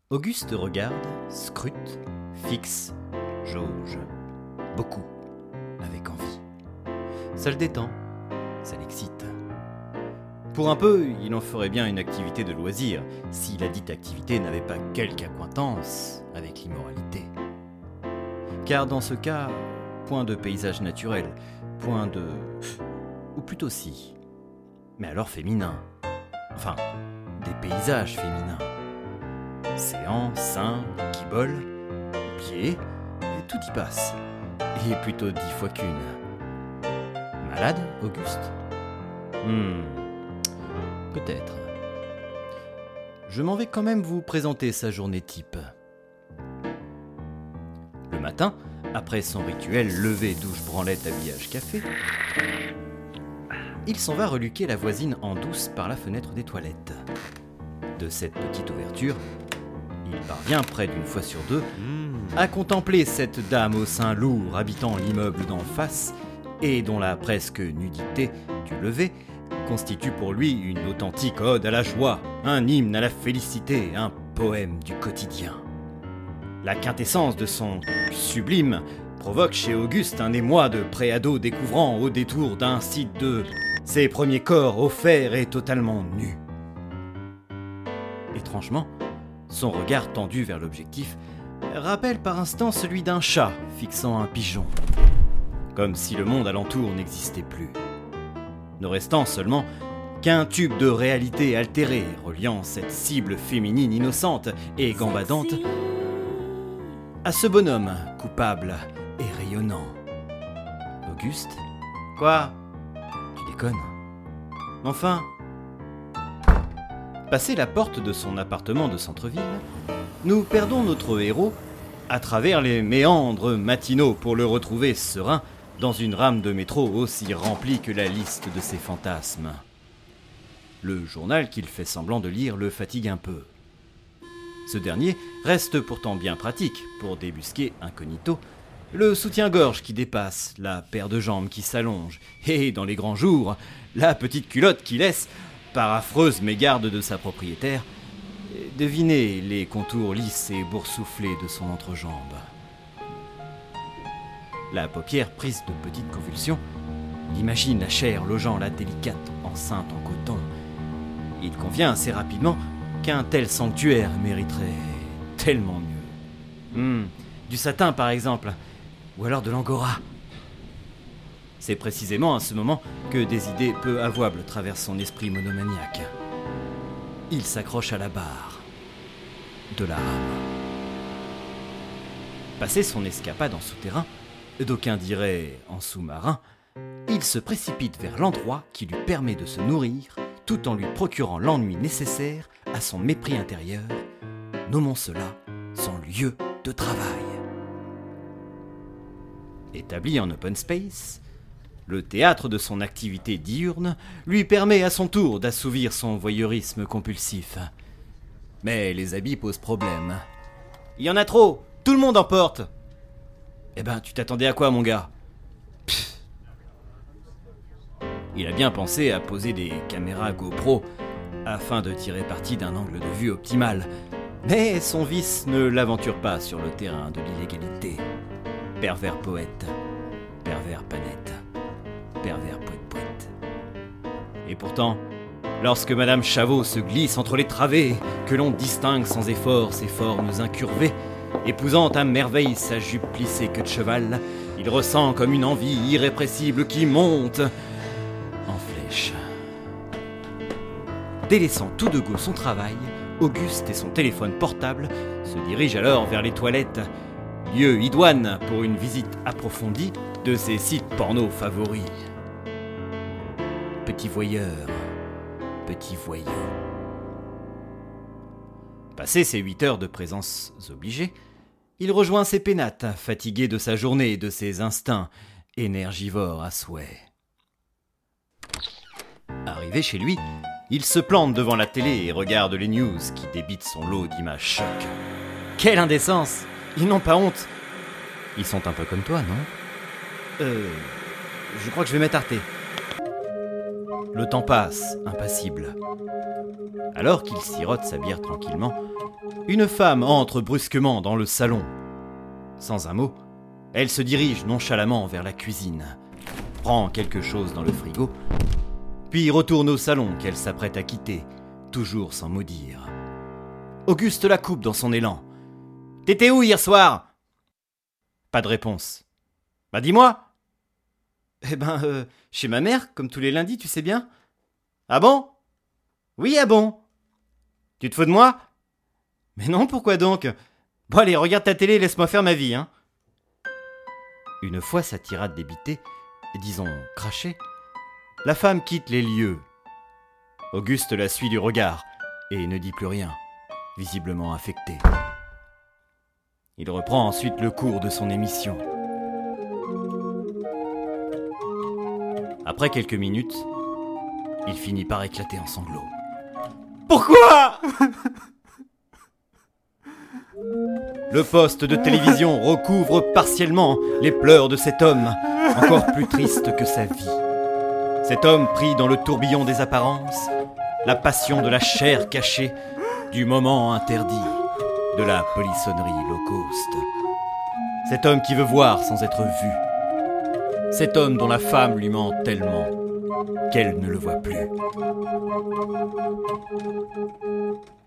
Auguste regarde, scrute, fixe, jauge. Beaucoup, avec envie. Ça le détend, ça l'excite. Pour un peu, il en ferait bien une activité de loisir, si la dite activité n'avait pas quelque accointance avec l'immoralité. Car dans ce cas, point de paysage naturel, point de... ou plutôt si. Mais alors féminin. Enfin, des paysages féminins. Séants, seins, guiboles, pieds, et tout y passe. Et plutôt 10 fois qu'une. Malade, Auguste ? Peut-être. Je m'en vais quand même vous présenter sa journée type. Le matin, après son rituel lever, douche, branlette, habillage, café, il s'en va reluquer la voisine en douce par la fenêtre des toilettes. De cette petite ouverture, il parvient près d'une fois sur deux à contempler cette dame au sein lourd habitant l'immeuble d'en face et dont la presque nudité du lever constitue pour lui une authentique ode à la joie, un hymne à la félicité, un poème du quotidien. La quintessence de son sublime provoque chez Auguste un émoi de préado découvrant au détour d'un site de ses premiers corps offerts et totalement nus. Étrangement, son regard tendu vers l'objectif rappelle par instant celui d'un chat fixant un pigeon, comme si le monde alentour n'existait plus, ne restant seulement qu'un tube de réalité altérée reliant cette cible féminine innocente et gambadante à ce bonhomme coupable et rayonnant. Auguste ? Quoi ? Tu déconnes ? Enfin, passé la porte de son appartement de centre-ville, nous perdons notre héros à travers les méandres matinaux pour le retrouver serein dans une rame de métro aussi remplie que la liste de ses fantasmes. Le journal qu'il fait semblant de lire le fatigue un peu. Ce dernier reste pourtant bien pratique pour débusquer incognito le soutien-gorge qui dépasse, la paire de jambes qui s'allonge, et dans les grands jours, la petite culotte qui laisse, par affreuse mégarde de sa propriétaire, deviner les contours lisses et boursouflés de son entrejambe. La paupière prise de petites convulsions, il imagine la chair logeant la délicate enceinte en coton. Il convient assez rapidement qu'un tel sanctuaire mériterait tellement mieux. Du satin par exemple, ou alors de l'angora. C'est précisément à ce moment que des idées peu avouables traversent son esprit monomaniaque. Il s'accroche à la barre de la rame. Passé son escapade en souterrain, d'aucuns diraient en sous-marin, il se précipite vers l'endroit qui lui permet de se nourrir tout en lui procurant l'ennui nécessaire à son mépris intérieur. Nommons cela son lieu de travail. Établi en open space, le théâtre de son activité diurne lui permet à son tour d'assouvir son voyeurisme compulsif. Mais les habits posent problème. Il y en a trop, tout le monde en porte. Eh ben, tu t'attendais à quoi, mon gars ? Pfff. Il a bien pensé à poser des caméras GoPro afin de tirer parti d'un angle de vue optimal. Mais son vice ne l'aventure pas sur le terrain de l'illégalité. Pervers poète, pervers panette, pervers poète-poète. Et pourtant, lorsque Madame Chavot se glisse entre les travées, que l'on distingue sans effort ses formes incurvées, épousant à merveille sa jupe plissée queue de cheval, il ressent comme une envie irrépressible qui monte en flèche. Délaissant tout de go son travail, Auguste et son téléphone portable se dirigent alors vers les toilettes, lieu idoine pour une visite approfondie de ses sites porno favoris. Petit voyeur, petit voyou. Passé ses 8 heures de présence obligée, il rejoint ses pénates, fatigué de sa journée et de ses instincts, énergivores à souhait. Arrivé chez lui, il se plante devant la télé et regarde les news qui débitent son lot d'images chocs. Quelle indécence! Ils n'ont pas honte. Ils sont un peu comme toi, non ? Je crois que je vais m'étarter. Le temps passe, impassible. Alors qu'il sirote sa bière tranquillement, une femme entre brusquement dans le salon. Sans un mot, elle se dirige nonchalamment vers la cuisine, prend quelque chose dans le frigo, puis retourne au salon qu'elle s'apprête à quitter, toujours sans mot dire. Auguste la coupe dans son élan. « T'étais où hier soir ?» Pas de réponse. « Bah dis-moi !»« Chez ma mère, comme tous les lundis, tu sais bien. »« Ah bon ? Oui, ah bon ? Tu te fous de moi ? Mais non, pourquoi donc ? Bon allez, regarde ta télé et laisse-moi faire ma vie, hein. » Une fois sa tirade débitée, disons crachée, la femme quitte les lieux. Auguste la suit du regard et ne dit plus rien, visiblement affecté. Il reprend ensuite le cours de son émission. Après quelques minutes, il finit par éclater en sanglots. Pourquoi ? Le poste de télévision recouvre partiellement les pleurs de cet homme, encore plus triste que sa vie. Cet homme pris dans le tourbillon des apparences, la passion de la chair cachée, du moment interdit, de la polissonnerie low cost. Cet homme qui veut voir sans être vu. Cet homme dont la femme lui ment tellement qu'elle ne le voit plus.